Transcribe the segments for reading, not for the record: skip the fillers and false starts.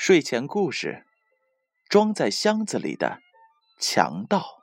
睡前故事：装在箱子里的强盗。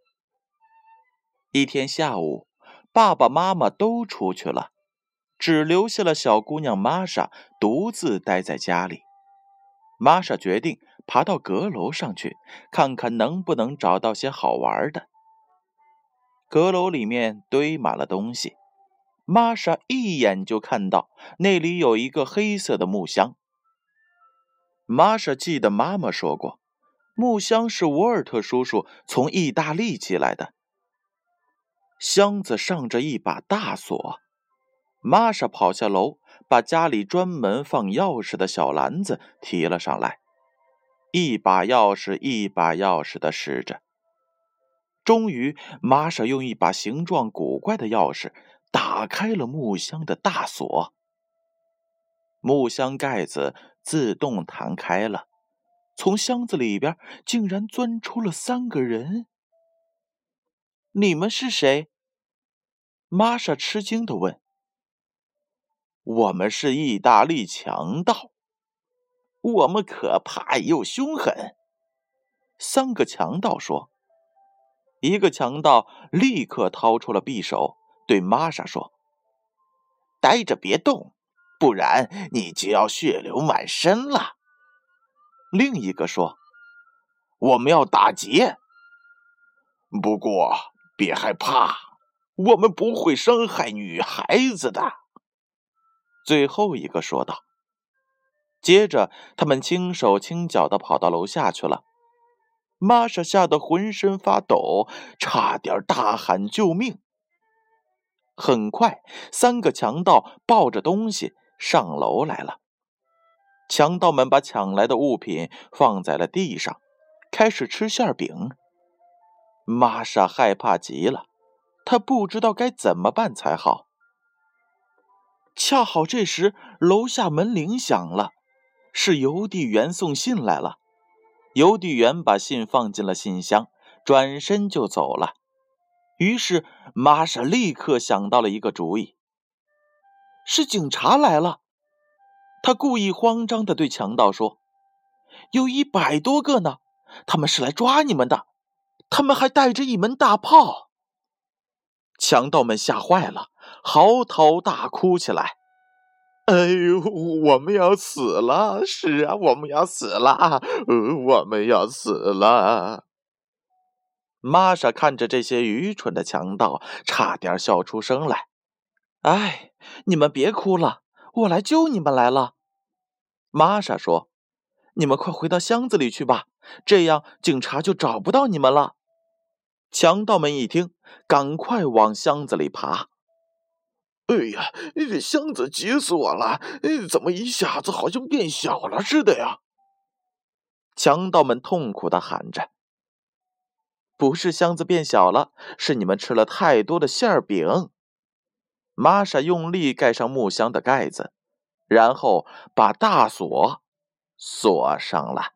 一天下午，爸爸妈妈都出去了，只留下了小姑娘玛莎独自待在家里。玛莎决定爬到阁楼上去，看看能不能找到些好玩的。阁楼里面堆满了东西，玛莎一眼就看到那里有一个黑色的木箱。玛莎记得妈妈说过，木箱是沃尔特叔叔从意大利寄来的。箱子上着一把大锁，玛莎跑下楼，把家里专门放钥匙的小篮子提了上来，一把钥匙一把钥匙地使着。终于，玛莎用一把形状古怪的钥匙打开了木箱的大锁。木箱盖子自动弹开了，从箱子里边竟然钻出了3个人。你们是谁？玛莎吃惊地问。我们是意大利强盗，我们可怕又凶狠。3个强盗说。一个强盗立刻掏出了匕首，对玛莎说：待着别动，不然你就要血流满身了。另一个说：我们要打劫，不过别害怕，我们不会伤害女孩子的。最后一个说道。接着他们轻手轻脚地跑到楼下去了。玛莎吓得浑身发抖，差点大喊救命。很快3个强盗抱着东西上楼来了。强盗们把抢来的物品放在了地上，开始吃馅饼。玛莎害怕极了，她不知道该怎么办才好。恰好这时楼下门铃响了，是邮递员送信来了。邮递员把信放进了信箱，转身就走了。于是玛莎立刻想到了一个主意。是警察来了。她故意慌张地对强盗说：有100多个呢，他们是来抓你们的，他们还带着一门大炮。强盗们吓坏了，嚎啕大哭起来。哎呦，我们要死了！是啊，我们要死了！我们要死了！玛莎看着这些愚蠢的强盗，差点笑出声来。哎，你们别哭了，我来救你们来了。玛莎说：你们快回到箱子里去吧，这样警察就找不到你们了。强盗们一听，赶快往箱子里爬。哎呀，这箱子急死我了！怎么一下子好像变小了似的呀？强盗们痛苦地喊着。不是箱子变小了，是你们吃了太多的馅饼。玛莎用力盖上木箱的盖子，然后把大锁锁上了。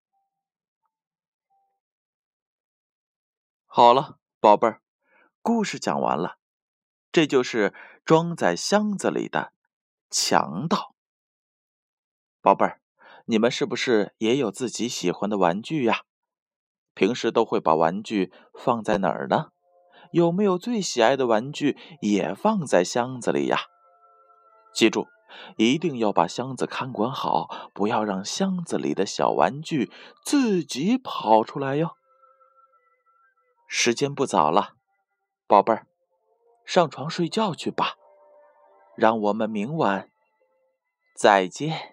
好了，宝贝儿，故事讲完了。这就是装在箱子里的强盗。宝贝儿，你们是不是也有自己喜欢的玩具呀？平时都会把玩具放在哪儿呢？有没有最喜爱的玩具也放在箱子里呀？记住，一定要把箱子看管好，不要让箱子里的小玩具自己跑出来哟。时间不早了，宝贝儿，上床睡觉去吧。让我们明晚再见。